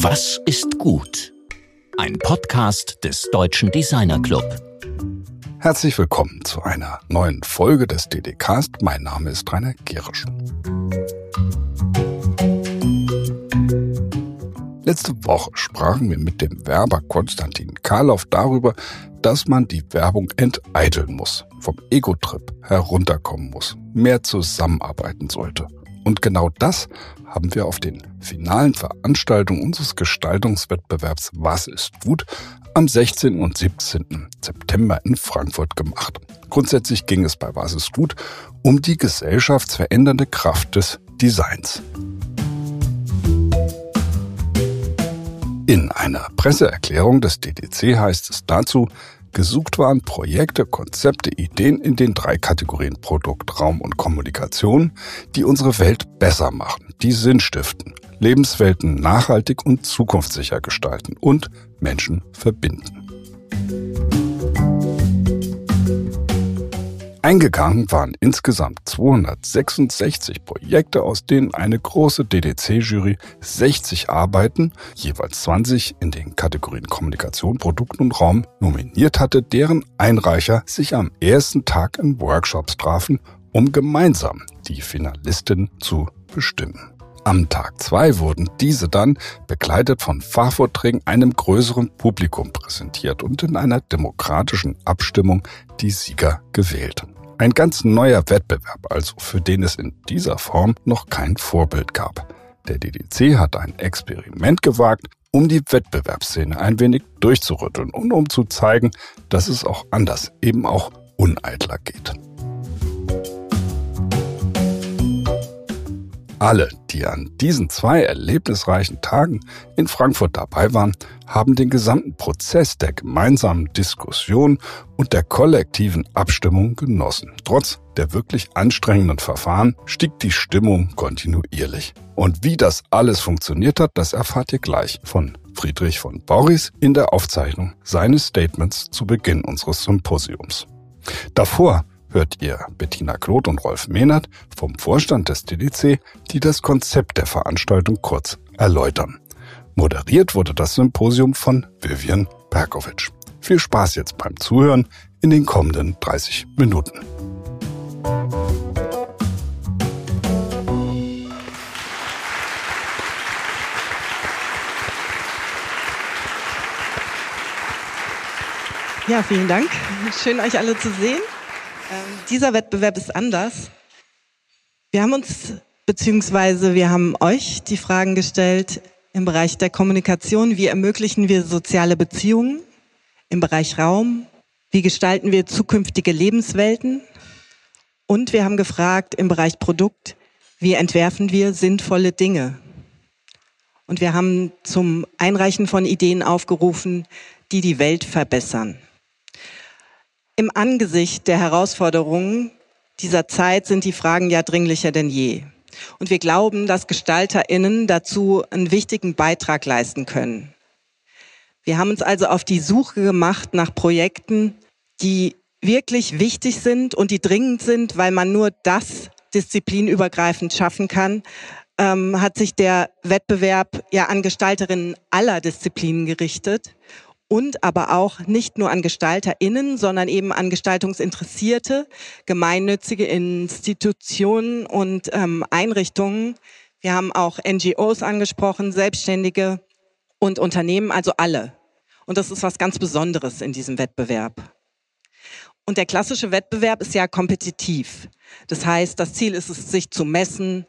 Was ist gut? Ein Podcast des Deutschen Designer Club. Herzlich willkommen zu einer neuen Folge des DD-Cast. Mein Name ist Rainer Gerisch. Letzte Woche sprachen wir mit dem Werber Konstantin Karloff darüber, dass man die Werbung enteiteln muss, vom Ego-Trip herunterkommen muss, mehr zusammenarbeiten sollte. Und genau das haben wir auf den finalen Veranstaltungen unseres Gestaltungswettbewerbs Was ist gut am 16. und 17. September in Frankfurt gemacht. Grundsätzlich ging es bei Was ist gut um die gesellschaftsverändernde Kraft des Designs. In einer Presseerklärung des DDC heißt es dazu, gesucht waren Projekte, Konzepte, Ideen in den 3 Kategorien Produkt, Raum und Kommunikation, die unsere Welt besser machen, die Sinn stiften, Lebenswelten nachhaltig und zukunftssicher gestalten und Menschen verbinden. Eingegangen waren insgesamt 266 Projekte, aus denen eine große DDC-Jury 60 Arbeiten, jeweils 20 in den Kategorien Kommunikation, Produkt und Raum, nominiert hatte, deren Einreicher sich am ersten Tag in Workshops trafen, um gemeinsam die Finalisten zu bestimmen. Am Tag 2 wurden diese dann, begleitet von Fachvorträgen, einem größeren Publikum präsentiert und in einer demokratischen Abstimmung die Sieger gewählt. Ein ganz neuer Wettbewerb, also für den es in dieser Form noch kein Vorbild gab. Der DDC hat ein Experiment gewagt, um die Wettbewerbsszene ein wenig durchzurütteln und um zu zeigen, dass es auch anders, eben auch uneitler geht. Alle, die an diesen 2 erlebnisreichen Tagen in Frankfurt dabei waren, haben den gesamten Prozess der gemeinsamen Diskussion und der kollektiven Abstimmung genossen. Trotz der wirklich anstrengenden Verfahren stieg die Stimmung kontinuierlich. Und wie das alles funktioniert hat, das erfahrt ihr gleich von Friedrich von Borries in der Aufzeichnung seines Statements zu Beginn unseres Symposiums. Davor hört ihr Bettina Kloth und Rolf Mehnert vom Vorstand des DDC, die das Konzept der Veranstaltung kurz erläutern. Moderiert wurde das Symposium von Vivian Perkovic. Viel Spaß jetzt beim Zuhören in den kommenden 30 Minuten. Ja, vielen Dank. Schön, euch alle zu sehen. Dieser Wettbewerb ist anders. Wir haben uns, beziehungsweise wir haben euch die Fragen gestellt im Bereich der Kommunikation. Wie ermöglichen wir soziale Beziehungen? Im Bereich Raum. Wie gestalten wir zukünftige Lebenswelten? Und wir haben gefragt im Bereich Produkt, wie entwerfen wir sinnvolle Dinge? Und wir haben zum Einreichen von Ideen aufgerufen, die die Welt verbessern. Im Angesicht der Herausforderungen dieser Zeit sind die Fragen ja dringlicher denn je. Und wir glauben, dass GestalterInnen dazu einen wichtigen Beitrag leisten können. Wir haben uns also auf die Suche gemacht nach Projekten, die wirklich wichtig sind und die dringend sind, weil man nur das disziplinübergreifend schaffen kann, hat sich der Wettbewerb ja an GestalterInnen aller Disziplinen gerichtet. Und aber auch nicht nur an GestalterInnen, sondern eben an gestaltungsinteressierte, gemeinnützige Institutionen und Einrichtungen. Wir haben auch NGOs angesprochen, Selbstständige und Unternehmen, also alle. Und das ist was ganz Besonderes in diesem Wettbewerb. Und der klassische Wettbewerb ist ja kompetitiv. Das heißt, das Ziel ist es, sich zu messen,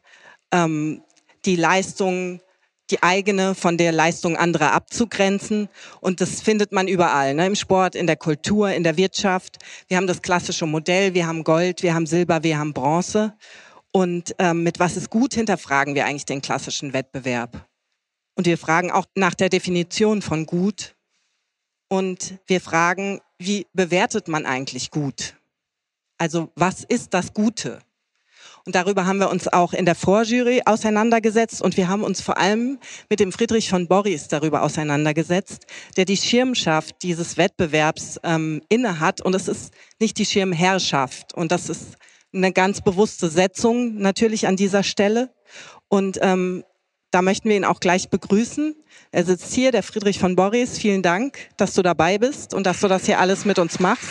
die Leistung, die eigene von der Leistung anderer abzugrenzen. Und das findet man überall, ne? Im Sport, in der Kultur, in der Wirtschaft. Wir haben das klassische Modell, wir haben Gold, wir haben Silber, wir haben Bronze. Und mit was ist gut, hinterfragen wir eigentlich den klassischen Wettbewerb. Und wir fragen auch nach der Definition von gut. Und wir fragen, wie bewertet man eigentlich gut? Also was ist das Gute? Und darüber haben wir uns auch in der Vorjury auseinandergesetzt und wir haben uns vor allem mit dem Friedrich von Borries darüber auseinandergesetzt, der die Schirmschaft dieses Wettbewerbs innehat. Und es ist nicht die Schirmherrschaft. Und das ist eine ganz bewusste Setzung natürlich an dieser Stelle. Und da möchten wir ihn auch gleich begrüßen. Er sitzt hier, der Friedrich von Borries. Vielen Dank, dass du dabei bist und dass du das hier alles mit uns machst.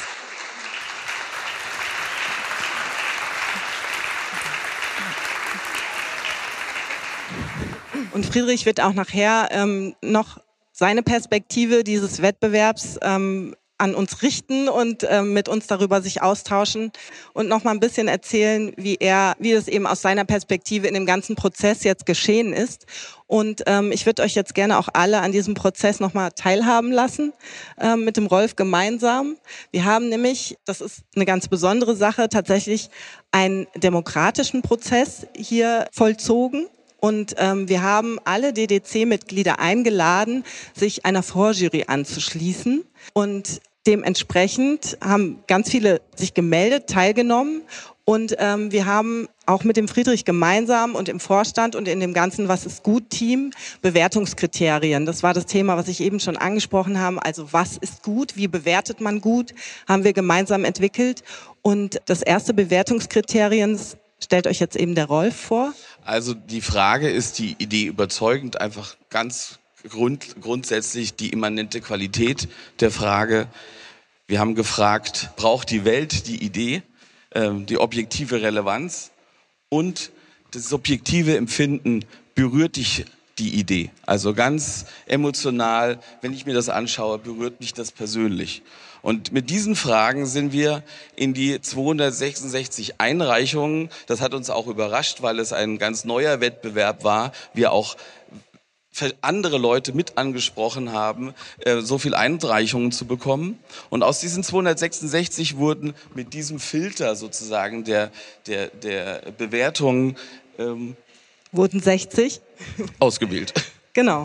Und Friedrich wird auch nachher noch seine Perspektive dieses Wettbewerbs an uns richten und mit uns darüber sich austauschen und noch mal ein bisschen erzählen, wie es eben aus seiner Perspektive in dem ganzen Prozess jetzt geschehen ist. Und ich würde euch jetzt gerne auch alle an diesem Prozess noch mal teilhaben lassen, mit dem Rolf gemeinsam. Wir haben nämlich, das ist eine ganz besondere Sache, tatsächlich einen demokratischen Prozess hier vollzogen. Und wir haben alle DDC-Mitglieder eingeladen, sich einer Vorjury anzuschließen. Und dementsprechend haben ganz viele sich gemeldet, teilgenommen. Und wir haben auch mit dem Friedrich gemeinsam und im Vorstand und in dem ganzen Was ist gut Team Bewertungskriterien. Das war das Thema, was ich eben schon angesprochen habe. Also was ist gut, wie bewertet man gut, haben wir gemeinsam entwickelt. Und das erste Bewertungskriterium stellt euch jetzt eben der Rolf vor. Also die Frage, ist die Idee überzeugend, einfach ganz grundsätzlich die immanente Qualität der Frage. Wir haben gefragt, braucht die Welt die Idee, die objektive Relevanz und das subjektive Empfinden, berührt dich die Idee? Also ganz emotional, wenn ich mir das anschaue, berührt mich das persönlich. Und mit diesen Fragen sind wir in die 266 Einreichungen. Das hat uns auch überrascht, weil es ein ganz neuer Wettbewerb war. Wir auch andere Leute mit angesprochen haben, so viel Einreichungen zu bekommen. Und aus diesen 266 wurden mit diesem Filter sozusagen der Bewertungen wurden 60 ausgewählt. Genau.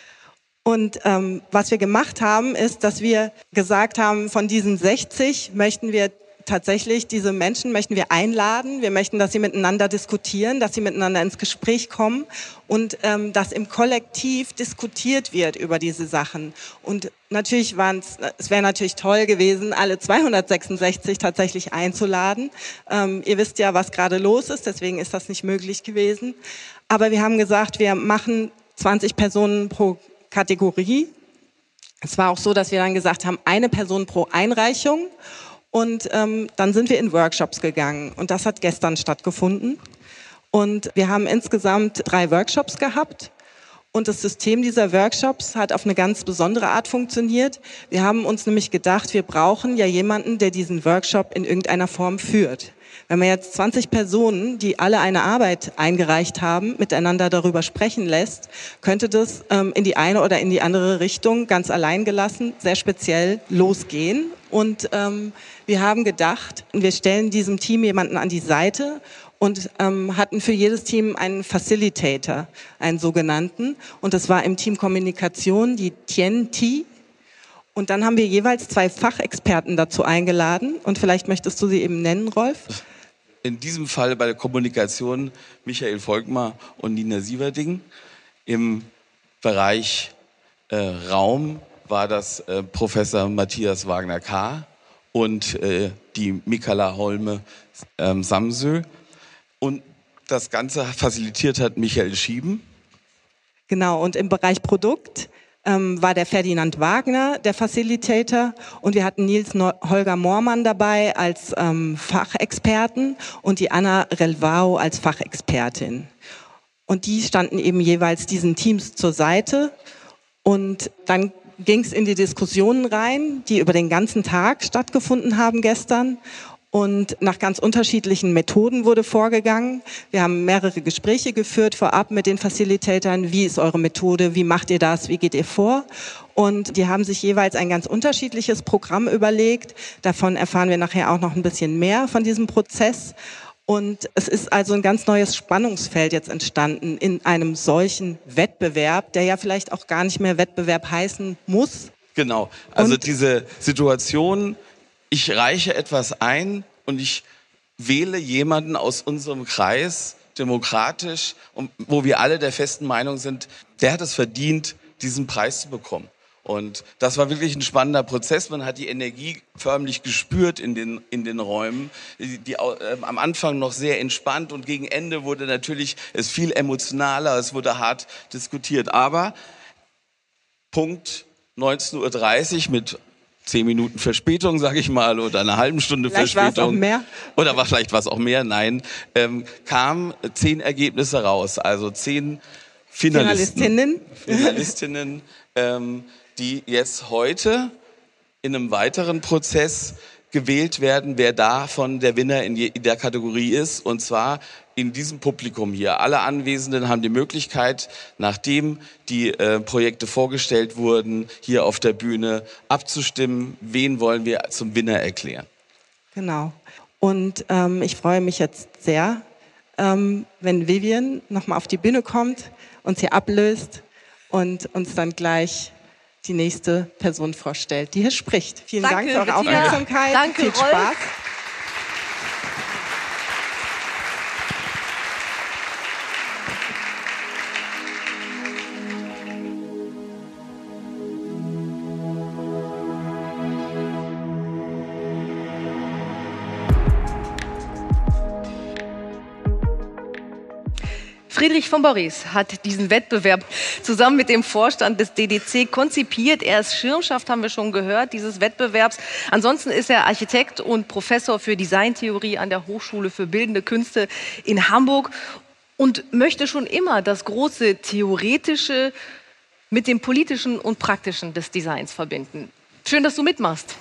Und was wir gemacht haben, ist, dass wir gesagt haben, von diesen 60 möchten wir tatsächlich diese Menschen einladen. Wir möchten, dass sie miteinander diskutieren, dass sie miteinander ins Gespräch kommen und dass im Kollektiv diskutiert wird über diese Sachen. Und natürlich es wäre natürlich toll gewesen, alle 266 tatsächlich einzuladen. Ihr wisst ja, was gerade los ist, deswegen ist das nicht möglich gewesen. Aber wir haben gesagt, wir machen 20 Personen pro Kategorie. Es war auch so, dass wir dann gesagt haben, eine Person pro Einreichung. Und dann sind wir in Workshops gegangen. Und das hat gestern stattgefunden. Und wir haben insgesamt 3 Workshops gehabt. Und das System dieser Workshops hat auf eine ganz besondere Art funktioniert. Wir haben uns nämlich gedacht, wir brauchen ja jemanden, der diesen Workshop in irgendeiner Form führt. Wenn man jetzt 20 Personen, die alle eine Arbeit eingereicht haben, miteinander darüber sprechen lässt, könnte das in die eine oder in die andere Richtung ganz allein gelassen, sehr speziell losgehen. Und wir haben gedacht, wir stellen diesem Team jemanden an die Seite und hatten für jedes Team einen Facilitator, einen sogenannten. Und das war im Team Kommunikation die Tien Thi. Und dann haben wir jeweils 2 Fachexperten dazu eingeladen. Und vielleicht möchtest du sie eben nennen, Rolf? In diesem Fall bei der Kommunikation Michael Volkmar und Nina Sieverding. Im Bereich Raum war das Professor Matthias Wagner-Kahr und die Mikaela Holme-Samsö. Und das Ganze facilitiert hat Michael Schieben. Genau, und im Bereich Produkt war der Ferdinand Wagner der Facilitator und wir hatten Holger Moormann dabei als Fachexperten und die Anna Relvao als Fachexpertin. Und die standen eben jeweils diesen Teams zur Seite und dann ging es in die Diskussionen rein, die über den ganzen Tag stattgefunden haben gestern. Und nach ganz unterschiedlichen Methoden wurde vorgegangen. Wir haben mehrere Gespräche geführt vorab mit den Facilitatoren. Wie ist eure Methode? Wie macht ihr das? Wie geht ihr vor? Und die haben sich jeweils ein ganz unterschiedliches Programm überlegt. Davon erfahren wir nachher auch noch ein bisschen mehr von diesem Prozess. Und es ist also ein ganz neues Spannungsfeld jetzt entstanden in einem solchen Wettbewerb, der ja vielleicht auch gar nicht mehr Wettbewerb heißen muss. Genau. Also diese Situation, ich reiche etwas ein und ich wähle jemanden aus unserem Kreis, demokratisch, wo wir alle der festen Meinung sind, der hat es verdient, diesen Preis zu bekommen. Und das war wirklich ein spannender Prozess. Man hat die Energie förmlich gespürt in den Räumen, die am Anfang noch sehr entspannt, und gegen Ende wurde natürlich es viel emotionaler, es wurde hart diskutiert. Aber Punkt 19:30 Uhr mit 10 Minuten Verspätung, sage ich mal, oder einer halben Stunde vielleicht Verspätung. Vielleicht war es auch mehr. Nein, kamen 10 Ergebnisse raus, also 10 Finalistinnen, die jetzt heute in einem weiteren Prozess gewählt werden, wer davon der Winner in der Kategorie ist, und zwar in diesem Publikum hier. Alle Anwesenden haben die Möglichkeit, nachdem die Projekte vorgestellt wurden, hier auf der Bühne abzustimmen, wen wollen wir zum Winner erklären. Genau. Und ich freue mich jetzt sehr, wenn Vivian nochmal auf die Bühne kommt, uns hier ablöst und uns dann gleich die nächste Person vorstellt, die hier spricht. Vielen Dank für eure Aufmerksamkeit. Danke, viel Spaß. Friedrich von Borries hat diesen Wettbewerb zusammen mit dem Vorstand des DDC konzipiert. Er ist Schirmschaft, haben wir schon gehört, dieses Wettbewerbs. Ansonsten ist er Architekt und Professor für Designtheorie an der Hochschule für Bildende Künste in Hamburg und möchte schon immer das große Theoretische mit dem Politischen und Praktischen des Designs verbinden. Schön, dass du mitmachst.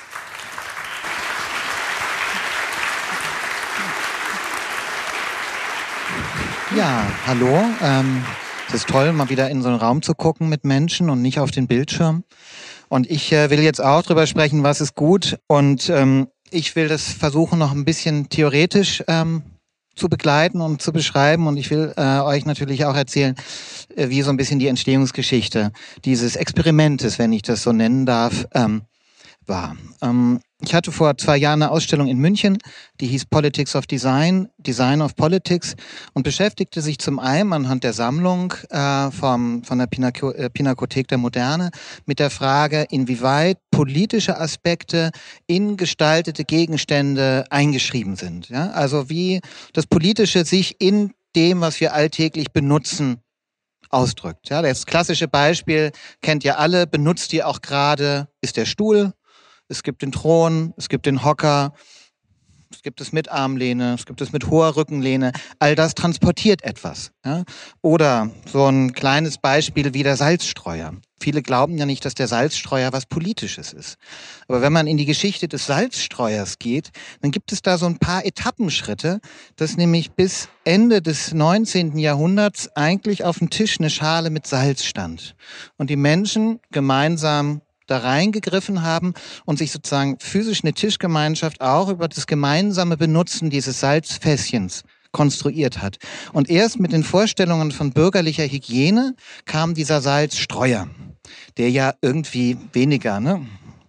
Ja, hallo. Es ist toll, mal wieder in so einen Raum zu gucken mit Menschen und nicht auf den Bildschirm. Und ich will jetzt auch drüber sprechen, was ist gut. Und ich will das versuchen, noch ein bisschen theoretisch zu begleiten und zu beschreiben. Und ich will euch natürlich auch erzählen, wie so ein bisschen die Entstehungsgeschichte dieses Experimentes, wenn ich das so nennen darf, war. Ich hatte vor 2 Jahren eine Ausstellung in München, die hieß Politics of Design, Design of Politics, und beschäftigte sich zum einen anhand der Sammlung von der Pinakothek der Moderne mit der Frage, inwieweit politische Aspekte in gestaltete Gegenstände eingeschrieben sind. Ja? Also wie das Politische sich in dem, was wir alltäglich benutzen, ausdrückt. Ja? Das klassische Beispiel kennt ihr alle, benutzt ihr auch gerade, ist der Stuhl. Es gibt den Thron, es gibt den Hocker, es gibt es mit Armlehne, es gibt es mit hoher Rückenlehne. All das transportiert etwas. Ja? Oder so ein kleines Beispiel wie der Salzstreuer. Viele glauben ja nicht, dass der Salzstreuer was Politisches ist. Aber wenn man in die Geschichte des Salzstreuers geht, dann gibt es da so ein paar Etappenschritte, dass nämlich bis Ende des 19. Jahrhunderts eigentlich auf dem Tisch eine Schale mit Salz stand. Und die Menschen gemeinsam da reingegriffen haben und sich sozusagen physisch eine Tischgemeinschaft auch über das gemeinsame Benutzen dieses Salzfässchens konstruiert hat. Und erst mit den Vorstellungen von bürgerlicher Hygiene kam dieser Salzstreuer, der ja irgendwie weniger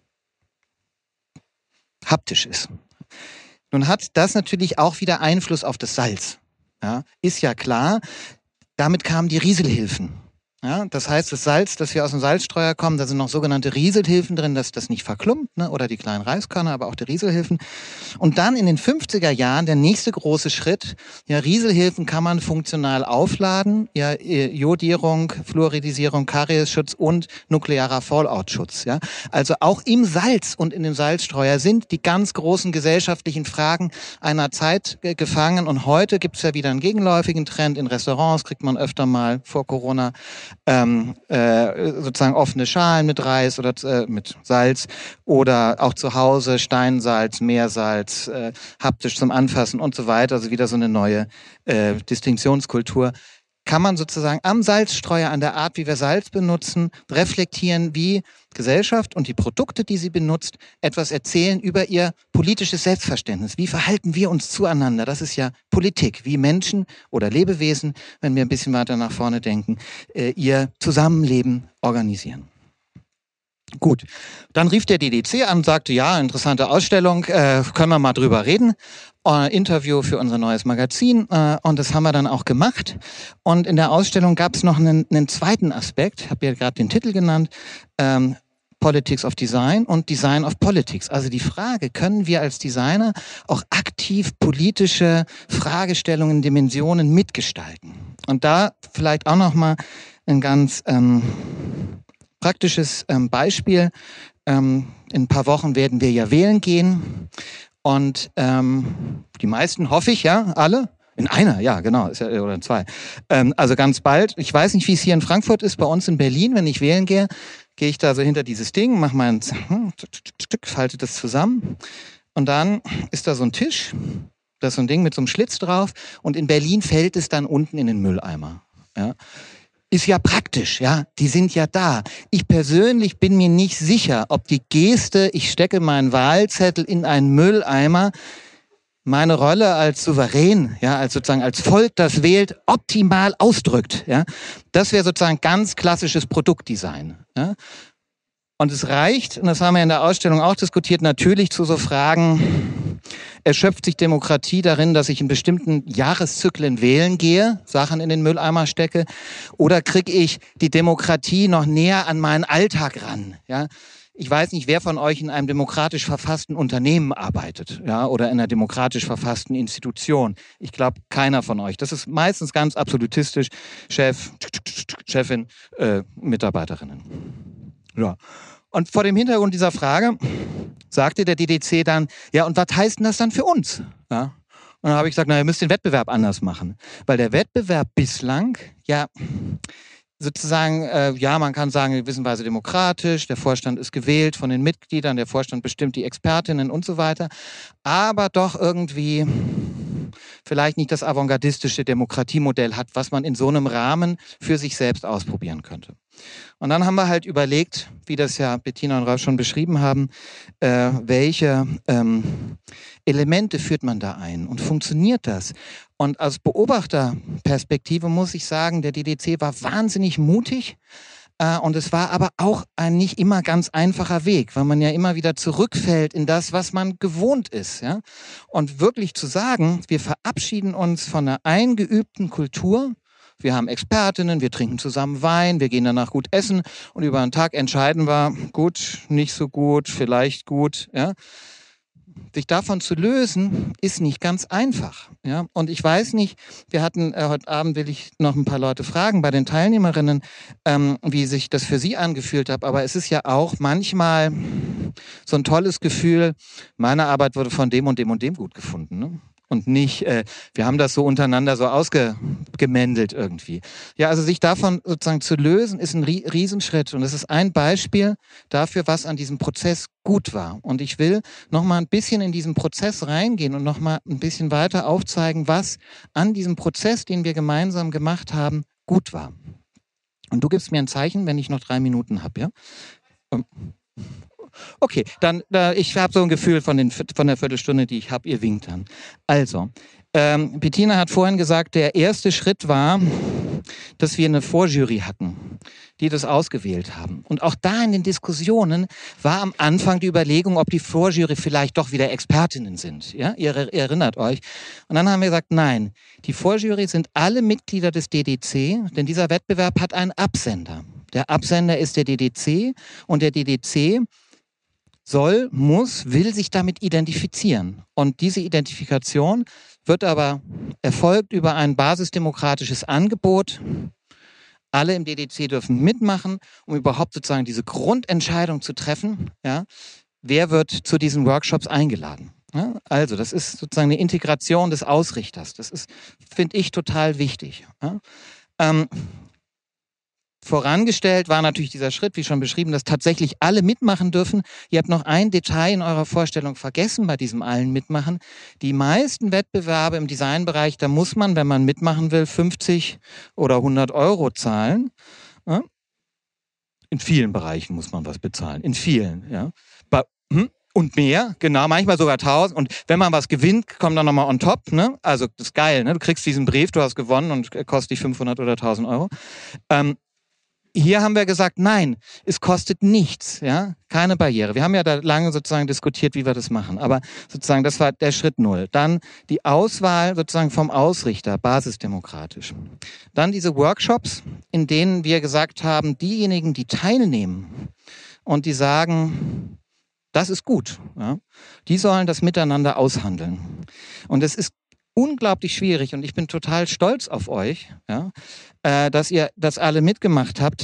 haptisch ist. Nun hat das natürlich auch wieder Einfluss auf das Salz. Ja, ist ja klar. Damit kamen die Rieselhilfen. Ja, das heißt, das Salz, das wir aus dem Salzstreuer kommen, da sind noch sogenannte Rieselhilfen drin, dass das nicht verklumpt, oder die kleinen Reiskörner, aber auch die Rieselhilfen. Und dann in den 50er Jahren der nächste große Schritt, ja, Rieselhilfen kann man funktional aufladen, ja, Iodierung, Fluoridisierung, Kariesschutz und nuklearer Fallout-Schutz. Ja. Also auch im Salz und in dem Salzstreuer sind die ganz großen gesellschaftlichen Fragen einer Zeit gefangen, und heute gibt es ja wieder einen gegenläufigen Trend. In Restaurants kriegt man öfter mal vor Corona sozusagen offene Schalen mit Reis oder mit Salz, oder auch zu Hause Steinsalz, Meersalz, haptisch zum Anfassen und so weiter, also wieder so eine neue Distinktionskultur. Kann man sozusagen am Salzstreuer, an der Art, wie wir Salz benutzen, reflektieren, wie Gesellschaft und die Produkte, die sie benutzt, etwas erzählen über ihr politisches Selbstverständnis. Wie verhalten wir uns zueinander? Das ist ja Politik, wie Menschen oder Lebewesen, wenn wir ein bisschen weiter nach vorne denken, ihr Zusammenleben organisieren. Gut, dann rief der DDC an und sagte, ja, interessante Ausstellung, können wir mal drüber reden. Interview für unser neues Magazin und das haben wir dann auch gemacht. Und in der Ausstellung gab es noch einen zweiten Aspekt, ich habe ja gerade den Titel genannt, Politics of Design und Design of Politics. Also die Frage, können wir als Designer auch aktiv politische Fragestellungen, Dimensionen mitgestalten? Und da vielleicht auch noch mal ein ganz praktisches Beispiel. In ein paar Wochen werden wir ja wählen gehen und die meisten, hoffe ich, ja, alle? In einer, ja, genau, ist ja, oder in zwei. Also ganz bald. Ich weiß nicht, wie es hier in Frankfurt ist, bei uns in Berlin, wenn ich wählen gehe, gehe ich da so hinter dieses Ding, mache mein Stück, falte das zusammen und dann ist da so ein Tisch, da ist so ein Ding mit so einem Schlitz drauf und in Berlin fällt es dann unten in den Mülleimer. Ja. Ist ja praktisch, ja, die sind ja da. Ich persönlich bin mir nicht sicher, ob die Geste, ich stecke meinen Wahlzettel in einen Mülleimer, meine Rolle als Souverän, ja, als sozusagen als Volk, das wählt, optimal ausdrückt, ja. Das wäre sozusagen ganz klassisches Produktdesign, ja. Und es reicht, und das haben wir in der Ausstellung auch diskutiert, natürlich zu so Fragen, erschöpft sich Demokratie darin, dass ich in bestimmten Jahreszyklen wählen gehe, Sachen in den Mülleimer stecke, oder kriege ich die Demokratie noch näher an meinen Alltag ran, ja. Ich weiß nicht, wer von euch in einem demokratisch verfassten Unternehmen arbeitet, ja, oder in einer demokratisch verfassten Institution. Ich glaube, keiner von euch. Das ist meistens ganz absolutistisch. Chef, Chefin, Mitarbeiterinnen. Ja. Und vor dem Hintergrund dieser Frage sagte der DDC dann, ja, und was heißt denn das dann für uns? Ja. Und dann habe ich gesagt, na, ihr müsst den Wettbewerb anders machen. Weil der Wettbewerb bislang, ja, sozusagen, ja, man kann sagen, gewissenweise demokratisch, der Vorstand ist gewählt von den Mitgliedern, der Vorstand bestimmt die Expertinnen und so weiter, aber doch irgendwie vielleicht nicht das avantgardistische Demokratiemodell hat, was man in so einem Rahmen für sich selbst ausprobieren könnte. Und dann haben wir halt überlegt, wie das ja Bettina und Ralf schon beschrieben haben, welche Elemente führt man da ein und funktioniert das? Und aus Beobachterperspektive muss ich sagen, der DDC war wahnsinnig mutig und es war aber auch ein nicht immer ganz einfacher Weg, weil man ja immer wieder zurückfällt in das, was man gewohnt ist. Ja? Und wirklich zu sagen, wir verabschieden uns von einer eingeübten Kultur, wir haben Expertinnen, wir trinken zusammen Wein, wir gehen danach gut essen und über einen Tag entscheiden wir, gut, nicht so gut, vielleicht gut, ja. Sich davon zu lösen, ist nicht ganz einfach. Ja? Und ich weiß nicht, wir hatten, heute Abend will ich noch ein paar Leute fragen bei den Teilnehmerinnen, wie sich das für sie angefühlt hat. Aber es ist ja auch manchmal so ein tolles Gefühl, meine Arbeit wurde von dem und dem und dem gut gefunden. Ne? Und nicht, wir haben das so untereinander so ausgemändelt irgendwie. Ja, also sich davon sozusagen zu lösen, ist ein Riesenschritt. Und es ist ein Beispiel dafür, was an diesem Prozess gut war. Und ich will noch mal ein bisschen in diesen Prozess reingehen und noch mal ein bisschen weiter aufzeigen, was an diesem Prozess, den wir gemeinsam gemacht haben, gut war. Und du gibst mir ein Zeichen, wenn ich noch 3 Minuten habe, ja? Okay, dann ich habe so ein Gefühl von der Viertelstunde, die ich habe. Ihr winkt dann. Also, Bettina hat vorhin gesagt, der erste Schritt war, dass wir eine Vorjury hatten, die das ausgewählt haben. Und auch da in den Diskussionen war am Anfang die Überlegung, ob die Vorjury vielleicht doch wieder Expertinnen sind. Ja, ihr erinnert euch. Und dann haben wir gesagt, nein, die Vorjury sind alle Mitglieder des DDC, denn dieser Wettbewerb hat einen Absender. Der Absender ist der DDC und der DDC will sich damit identifizieren. Und diese Identifikation wird aber erfolgt über ein basisdemokratisches Angebot. Alle im DDC dürfen mitmachen, um überhaupt sozusagen diese Grundentscheidung zu treffen. Ja, wer wird zu diesen Workshops eingeladen? Ja, also das ist sozusagen eine Integration des Ausrichters. Das ist, finde ich, total wichtig. Ja, vorangestellt war natürlich dieser Schritt, wie schon beschrieben, dass tatsächlich alle mitmachen dürfen. Ihr habt noch ein Detail in eurer Vorstellung vergessen bei diesem allen Mitmachen. Die meisten Wettbewerbe im Designbereich, da muss man, wenn man mitmachen will, 50 oder 100 Euro zahlen. Ja? In vielen Bereichen muss man was bezahlen. In vielen, ja. Und mehr, genau, manchmal sogar 1000. Und wenn man was gewinnt, kommt dann nochmal on top, ne? Also, das ist geil, ne? Du kriegst diesen Brief, du hast gewonnen und kostet dich 500 oder 1000 Euro. hier haben wir gesagt, nein, es kostet nichts, ja, keine Barriere. Wir haben ja da lange sozusagen diskutiert, wie wir das machen, aber sozusagen das war der Schritt 0. Dann die Auswahl sozusagen vom Ausrichter, basisdemokratisch. Dann diese Workshops, in denen wir gesagt haben, diejenigen, die teilnehmen und die sagen, das ist gut, ja, die sollen das miteinander aushandeln. Und es ist unglaublich schwierig und ich bin total stolz auf euch, ja, dass ihr das alle mitgemacht habt,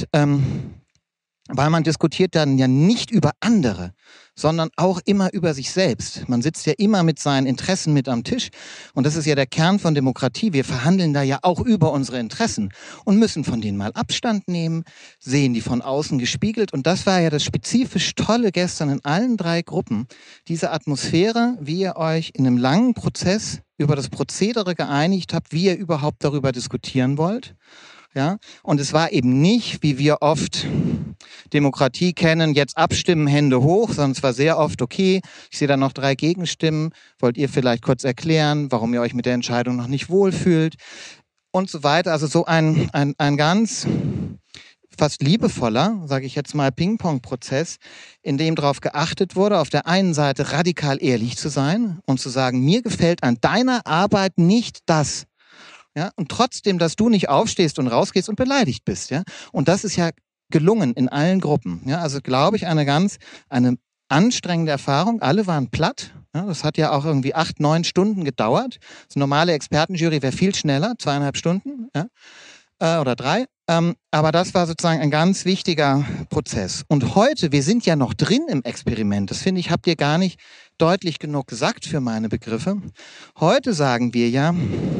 weil man diskutiert dann ja nicht über andere, sondern auch immer über sich selbst. Man sitzt ja immer mit seinen Interessen mit am Tisch und das ist ja der Kern von Demokratie. Wir verhandeln da ja auch über unsere Interessen und müssen von denen mal Abstand nehmen, sehen die von außen gespiegelt und das war ja das spezifisch Tolle gestern in allen 3 Gruppen, diese Atmosphäre, wie ihr euch in einem langen Prozess über das Prozedere geeinigt habt, wie ihr überhaupt darüber diskutieren wollt. Ja? Und es war eben nicht, wie wir oft Demokratie kennen, jetzt abstimmen, Hände hoch, sondern es war sehr oft, okay, ich sehe da noch 3 Gegenstimmen, wollt ihr vielleicht kurz erklären, warum ihr euch mit der Entscheidung noch nicht wohlfühlt und so weiter. Also so ein ganz fast liebevoller, sage ich jetzt mal, Ping-Pong-Prozess, in dem darauf geachtet wurde, auf der einen Seite radikal ehrlich zu sein und zu sagen, mir gefällt an deiner Arbeit nicht das. Ja, und trotzdem, dass du nicht aufstehst und rausgehst und beleidigt bist. Ja? Und das ist ja gelungen in allen Gruppen. Ja? Also glaube ich, eine anstrengende Erfahrung. Alle waren platt. Ja? Das hat ja auch irgendwie 8, 9 Stunden gedauert. Das normale Expertenjury wäre viel schneller, 2,5 Stunden, ja? Oder 3. Aber das war sozusagen ein ganz wichtiger Prozess. Und heute, wir sind ja noch drin im Experiment. Das finde ich, habt ihr gar nicht deutlich genug gesagt für meine Begriffe. Heute sagen wir ja,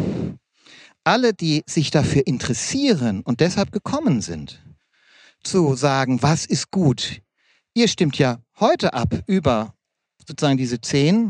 alle, die sich dafür interessieren und deshalb gekommen sind, zu sagen, was ist gut. Ihr stimmt ja heute ab über sozusagen diese 10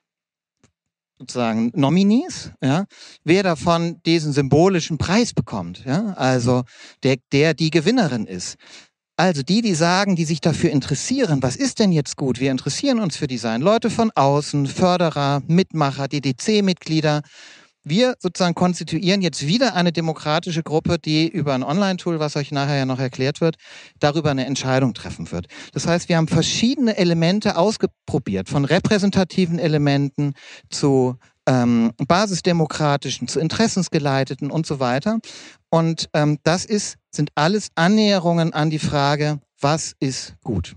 sozusagen Nominees, ja, wer davon diesen symbolischen Preis bekommt, ja, also die Gewinnerin ist. Also die sagen, die sich dafür interessieren, was ist denn jetzt gut? Wir interessieren uns für Design. Leute von außen, Förderer, Mitmacher, DDC-Mitglieder. Wir sozusagen konstituieren jetzt wieder eine demokratische Gruppe, die über ein Online-Tool, was euch nachher ja noch erklärt wird, darüber eine Entscheidung treffen wird. Das heißt, wir haben verschiedene Elemente ausprobiert, von repräsentativen Elementen zu basisdemokratischen, zu interessensgeleiteten und so weiter. Und das sind alles Annäherungen an die Frage, was ist gut?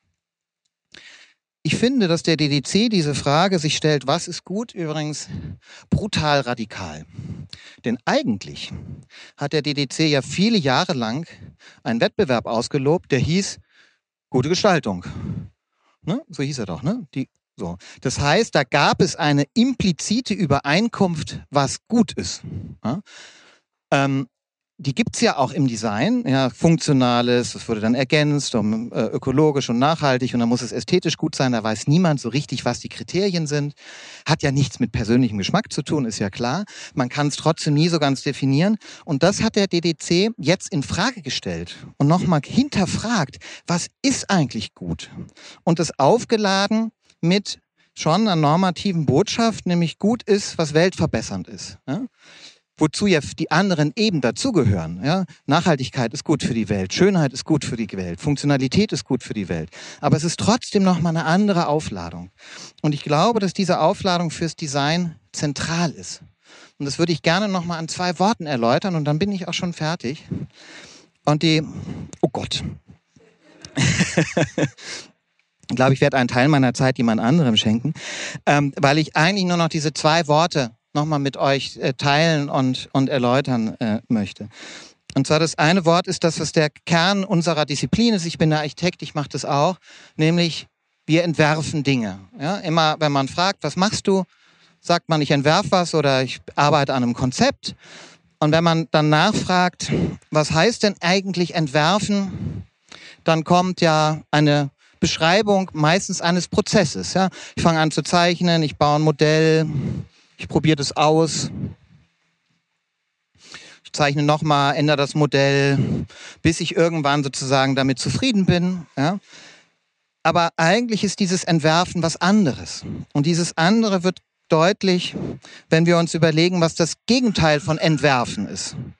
Ich finde, dass der DDC diese Frage sich stellt, was ist gut, übrigens brutal radikal. Denn eigentlich hat der DDC ja viele Jahre lang einen Wettbewerb ausgelobt, der hieß Gute Gestaltung. Ne? So hieß er doch, ne? So. Das heißt, da gab es eine implizite Übereinkunft, was gut ist. Ja? Die gibt's ja auch im Design, ja, Funktionales, das wurde dann ergänzt, ökologisch und nachhaltig und dann muss es ästhetisch gut sein, da weiß niemand so richtig, was die Kriterien sind. Hat ja nichts mit persönlichem Geschmack zu tun, ist ja klar. Man kann es trotzdem nie so ganz definieren und das hat der DDC jetzt in Frage gestellt und nochmal hinterfragt, was ist eigentlich gut? Und das aufgeladen mit schon einer normativen Botschaft, nämlich gut ist, was weltverbessernd ist. Ja? Wozu ja die anderen eben dazugehören. Ja? Nachhaltigkeit ist gut für die Welt, Schönheit ist gut für die Welt, Funktionalität ist gut für die Welt. Aber es ist trotzdem nochmal eine andere Aufladung. Und ich glaube, dass diese Aufladung fürs Design zentral ist. Und das würde ich gerne nochmal an 2 Worten erläutern und dann bin ich auch schon fertig. Und oh Gott. Ich glaube, ich werde einen Teil meiner Zeit jemand anderem schenken, weil ich eigentlich nur noch diese 2 Worte nochmal mit euch teilen und erläutern möchte. Und zwar das eine Wort ist das, was der Kern unserer Disziplin ist. Ich bin der Architekt, ich mache das auch, nämlich wir entwerfen Dinge. Ja, immer wenn man fragt, was machst du, sagt man, ich entwerfe was oder ich arbeite an einem Konzept. Und wenn man dann nachfragt, was heißt denn eigentlich entwerfen, dann kommt ja eine Beschreibung meistens eines Prozesses. Ja? Ich fange an zu zeichnen, ich baue ein Modell, ich probiere das aus, ich zeichne nochmal, ändere das Modell, bis ich irgendwann sozusagen damit zufrieden bin. Ja? Aber eigentlich ist dieses Entwerfen was anderes. Und dieses andere wird deutlich, wenn wir uns überlegen, was das Gegenteil von Entwerfen ist.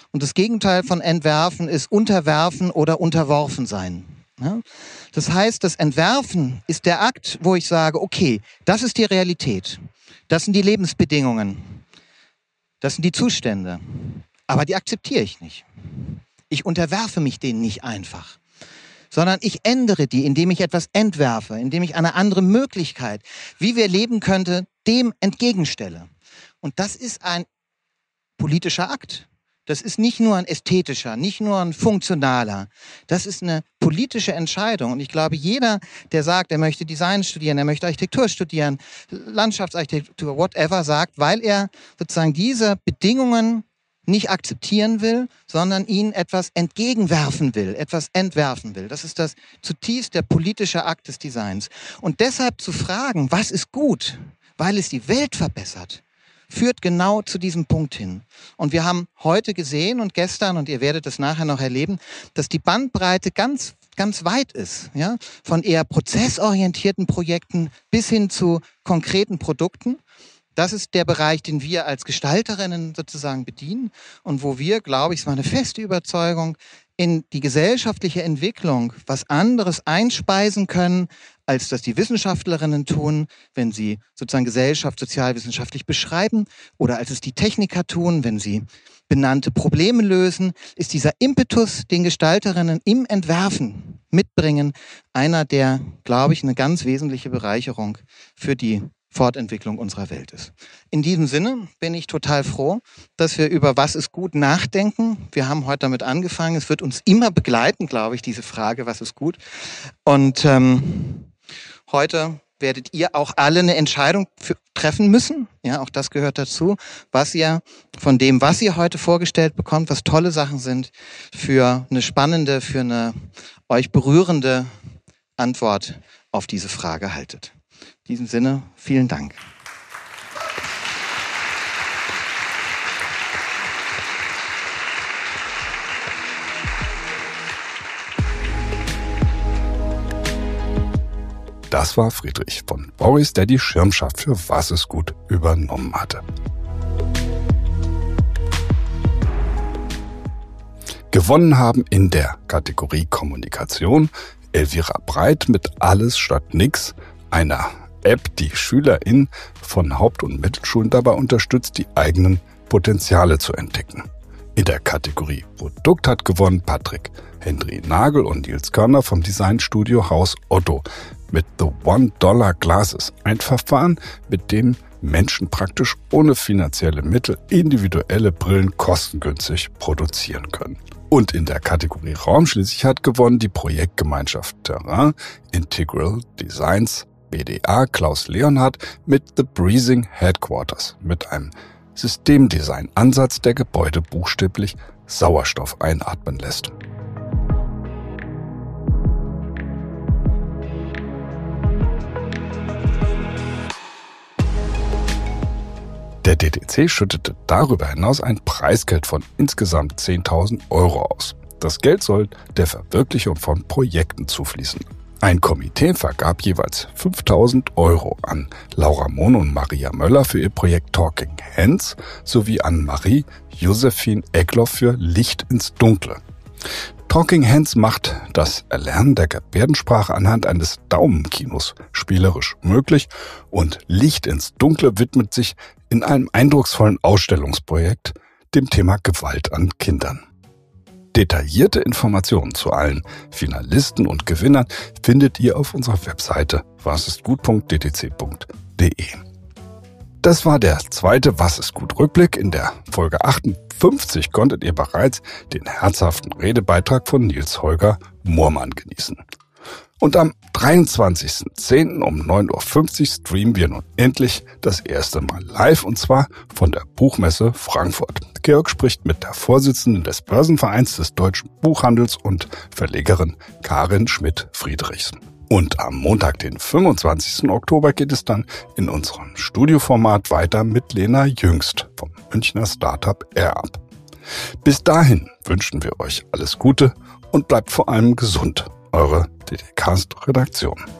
Und das Gegenteil von entwerfen ist unterwerfen oder unterworfen sein. Ja? Das heißt, das Entwerfen ist der Akt, wo ich sage, okay, das ist die Realität, das sind die Lebensbedingungen, das sind die Zustände, aber die akzeptiere ich nicht. Ich unterwerfe mich denen nicht einfach, sondern ich ändere die, indem ich etwas entwerfe, indem ich eine andere Möglichkeit, wie wir leben könnte, dem entgegenstelle. Und das ist ein politischer Akt. Das ist nicht nur ein ästhetischer, nicht nur ein funktionaler. Das ist eine politische Entscheidung. Und ich glaube, jeder, der sagt, er möchte Design studieren, er möchte Architektur studieren, Landschaftsarchitektur, whatever, sagt, weil er sozusagen diese Bedingungen nicht akzeptieren will, sondern ihnen etwas entgegenwerfen will, etwas entwerfen will. Das ist das zutiefst der politische Akt des Designs. Und deshalb zu fragen, was ist gut, weil es die Welt verbessert, führt genau zu diesem Punkt hin. Und wir haben heute gesehen und gestern, und ihr werdet es nachher noch erleben, dass die Bandbreite ganz weit ist, ja? Von eher prozessorientierten Projekten bis hin zu konkreten Produkten. Das ist der Bereich, den wir als Gestalterinnen sozusagen bedienen und wo wir, glaube ich, es war eine feste Überzeugung, in die gesellschaftliche Entwicklung was anderes einspeisen können, als das die Wissenschaftlerinnen tun, wenn sie sozusagen Gesellschaft sozialwissenschaftlich beschreiben, oder als es die Techniker tun, wenn sie benannte Probleme lösen, ist dieser Impetus, den Gestalterinnen im Entwerfen mitbringen, einer, der, glaube ich, eine ganz wesentliche Bereicherung für die Fortentwicklung unserer Welt ist. In diesem Sinne bin ich total froh, dass wir über was ist gut nachdenken. Wir haben heute damit angefangen. Es wird uns immer begleiten, glaube ich, diese Frage, was ist gut. Und heute werdet ihr auch alle eine Entscheidung treffen müssen. Ja, auch das gehört dazu, was ihr von dem, was ihr heute vorgestellt bekommt, was tolle Sachen sind, für eine spannende, für eine euch berührende Antwort auf diese Frage haltet. In diesem Sinne, vielen Dank. Das war Friedrich von Boris, der die Schirmschaft für Was ist gut übernommen hatte. Gewonnen haben in der Kategorie Kommunikation Elvira Breit mit Alles statt Nix, einer App, die SchülerInnen von Haupt- und Mittelschulen dabei unterstützt, die eigenen Potenziale zu entdecken. In der Kategorie Produkt hat gewonnen Patrick Henry Nagel und Nils Körner vom Designstudio Haus Otto mit The $1 Glasses, ein Verfahren, mit dem Menschen praktisch ohne finanzielle Mittel individuelle Brillen kostengünstig produzieren können. Und in der Kategorie Raum schließlich hat gewonnen die Projektgemeinschaft Terrain Integral Designs BDA Klaus Leonhardt mit The Breathing Headquarters, mit einem Systemdesign-Ansatz, der Gebäude buchstäblich Sauerstoff einatmen lässt. Der DDC schüttete darüber hinaus ein Preisgeld von insgesamt 10.000 € aus. Das Geld soll der Verwirklichung von Projekten zufließen. Ein Komitee vergab jeweils 5.000 € an Laura Mohn und Maria Möller für ihr Projekt Talking Hands sowie an Marie Josephine Egloff für Licht ins Dunkle. Talking Hands macht das Erlernen der Gebärdensprache anhand eines Daumenkinos spielerisch möglich und Licht ins Dunkle widmet sich in einem eindrucksvollen Ausstellungsprojekt dem Thema Gewalt an Kindern. Detaillierte Informationen zu allen Finalisten und Gewinnern findet ihr auf unserer Webseite wasistgut.ddc.de. Das war der zweite Was ist gut Rückblick. In der Folge 58 konntet ihr bereits den herzhaften Redebeitrag von Nils Holger Moormann genießen. Und am 23.10. um 9.50 Uhr streamen wir nun endlich das erste Mal live, und zwar von der Buchmesse Frankfurt. Georg spricht mit der Vorsitzenden des Börsenvereins des Deutschen Buchhandels und Verlegerin Karin Schmidt-Friedrichs. Und am Montag, den 25. Oktober, geht es dann in unserem Studioformat weiter mit Lena Jüngst vom Münchner Startup AirUp. Bis dahin wünschen wir euch alles Gute und bleibt vor allem gesund. Eure DDcast-Redaktion.